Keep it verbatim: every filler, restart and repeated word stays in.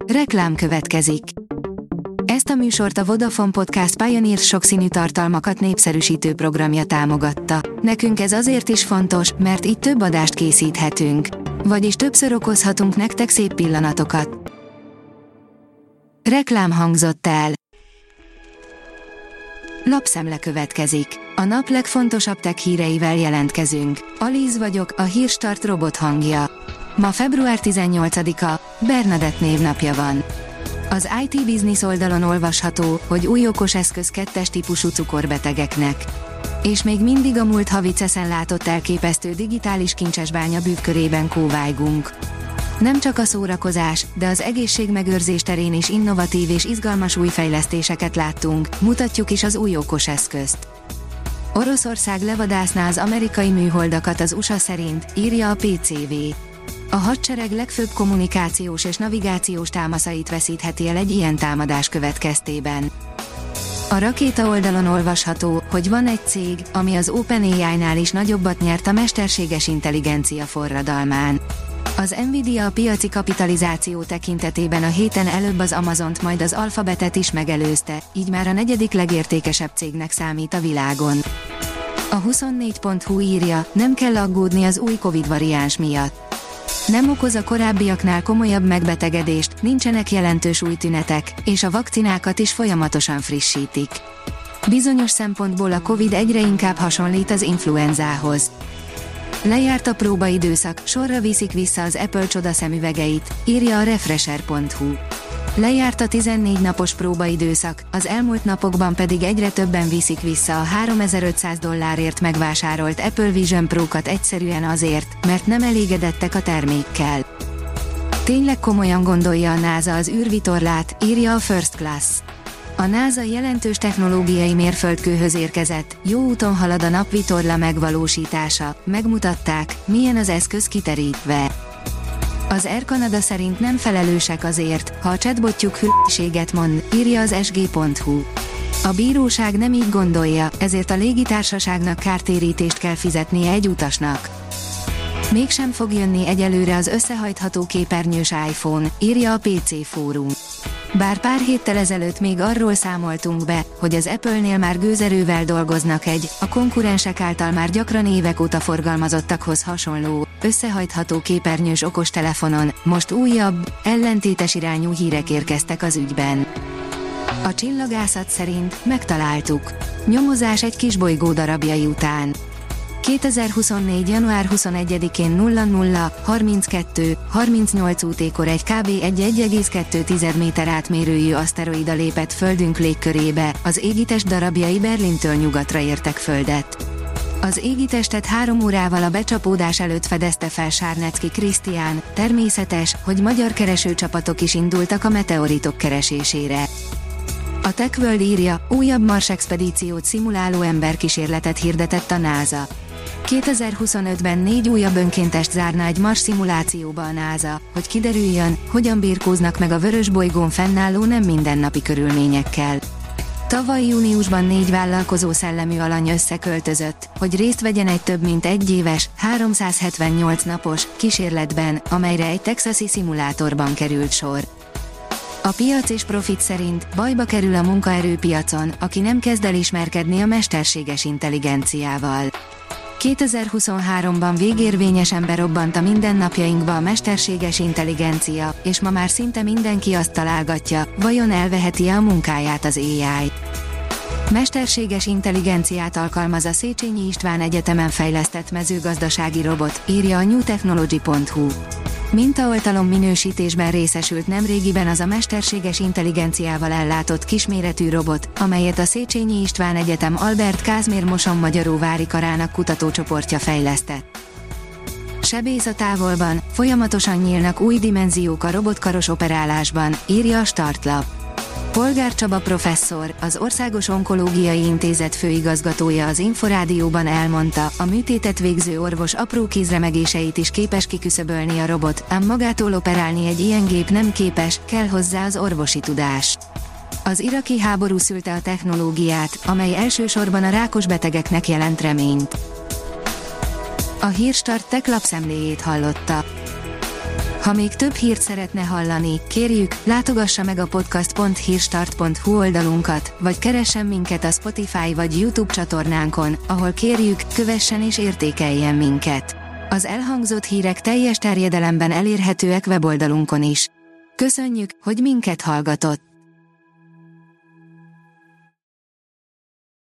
Reklám következik. Ezt a műsort a Vodafone Podcast Pioneer sokszínű tartalmakat népszerűsítő programja támogatta. Nekünk ez azért is fontos, mert így több adást készíthetünk. Vagyis többször okozhatunk nektek szép pillanatokat. Reklám hangzott el. Lapszemle következik. A nap legfontosabb tech híreivel jelentkezünk. Alíz vagyok, a Hírstart robot hangja. Ma február tizennyolcadika, Bernadett névnapja van. Az i té Business oldalon olvasható, hogy új okos eszköz kettes típusú cukorbetegeknek. És még mindig a múlt havi ceszen látott elképesztő digitális kincsesbánya bűvkörében kóvájgunk. Nem csak a szórakozás, de az egészségmegőrzés terén is innovatív és izgalmas új fejlesztéseket láttunk, mutatjuk is az új okos eszközt. Oroszország levadászná az amerikai műholdakat az u es á szerint, írja a pé cé vé. A hadsereg legfőbb kommunikációs és navigációs támaszait veszítheti el egy ilyen támadás következtében. A rakéta oldalon olvasható, hogy van egy cég, ami az OpenAI-nál is nagyobbat nyert a mesterséges intelligencia forradalmán. Az Nvidia a piaci kapitalizáció tekintetében a héten előbb az Amazont, majd az Alphabetet is megelőzte, így már a negyedik legértékesebb cégnek számít a világon. A huszonnégy pont hu írja, nem kell aggódni az új Covid variáns miatt. Nem okoz a korábbiaknál komolyabb megbetegedést, nincsenek jelentős új tünetek, és a vakcinákat is folyamatosan frissítik. Bizonyos szempontból a Covid egyre inkább hasonlít az influenzához. Lejárt a próbaidőszak, sorra viszik vissza az Apple csodaszemüvegeit, írja a refresher pont hu. Lejárt a tizennégy napos próbaidőszak, az elmúlt napokban pedig egyre többen viszik vissza a háromezer-ötszáz dollárért megvásárolt Apple Vision Pro-kat egyszerűen azért, mert nem elégedettek a termékkel. Tényleg komolyan gondolja a NASA az űrvitorlát, írja a First Class. A NASA jelentős technológiai mérföldkőhöz érkezett, jó úton halad a napvitorla megvalósítása, megmutatták, milyen az eszköz kiterítve. Az Air Canada szerint nem felelősek azért, ha a chatbotjuk hülyeséget mond, írja az es gé pont hu. A bíróság nem így gondolja, ezért a légitársaságnak kártérítést kell fizetnie egy utasnak. Mégsem fog jönni egyelőre az összehajtható képernyős iPhone, írja a pé cé fórum. Bár pár héttel ezelőtt még arról számoltunk be, hogy az Apple-nél már gőzerővel dolgoznak egy, a konkurensek által már gyakran évek óta forgalmazottakhoz hasonló, összehajtható képernyős okostelefonon, most újabb, ellentétes irányú hírek érkeztek az ügyben. A csillagászat szerint megtaláltuk. Nyomozás egy kisbolygó darabjai után. kétezer-huszonnégy. január huszonegyedikén nulla nulla harminckettő harmincnyolc útékor egy kb. egy egész kettő méter átmérőjű aszteroida lépett Földünk légkörébe, az égitest darabjai Berlintől nyugatra értek Földet. Az égitestet három órával a becsapódás előtt fedezte fel Sárnecki Krisztián, természetes, hogy magyar keresőcsapatok is indultak a meteoritok keresésére. A TechWorld írja, újabb Mars expedíciót szimuláló emberkísérletet hirdetett a NASA. kétezer-huszonötben négy újabb önkéntest zárna egy Mars szimulációba a NASA, hogy kiderüljön, hogyan birkóznak meg a vörös bolygón fennálló nem mindennapi körülményekkel. Tavaly júniusban négy vállalkozó szellemű alany összeköltözött, hogy részt vegyen egy több mint egy éves, háromszázhetvennyolc napos kísérletben, amelyre egy texasi szimulátorban került sor. A piac és profit szerint bajba kerül a munkaerőpiacon, aki nem kezd el ismerkedni a mesterséges intelligenciával. kétezer-huszonháromban végérvényesen berobbant a mindennapjainkba a mesterséges intelligencia, és ma már szinte mindenki azt találgatja, vajon elveheti-e a munkáját az á i. Mesterséges intelligenciát alkalmaz a Széchenyi István Egyetemen fejlesztett mezőgazdasági robot, írja a new technology pont hu. Mintaoltalom minősítésben részesült nemrégiben az a mesterséges intelligenciával ellátott kisméretű robot, amelyet a Széchenyi István Egyetem Albert Kázmér Moson-Magyaróvári karának kutatócsoportja fejlesztett. Sebész a távolban, folyamatosan nyílnak új dimenziók a robotkaros operálásban, írja a Startlap. Polgár Csaba professzor, az Országos Onkológiai Intézet főigazgatója az Inforádióban elmondta, a műtétet végző orvos apró kézremegéseit is képes kiküszöbölni a robot, ám magától operálni egy ilyen gép nem képes, kell hozzá az orvosi tudás. Az iraki háború szülte a technológiát, amely elsősorban a rákos betegeknek jelent reményt. A Hírstart Tech lapszemléjét hallotta. Ha még több hírt szeretne hallani, kérjük, látogassa meg a podcast pont hírstart pont hu oldalunkat, vagy keressen minket a Spotify vagy YouTube csatornánkon, ahol kérjük, kövessen és értékeljen minket. Az elhangzott hírek teljes terjedelemben elérhetőek weboldalunkon is. Köszönjük, hogy minket hallgatott!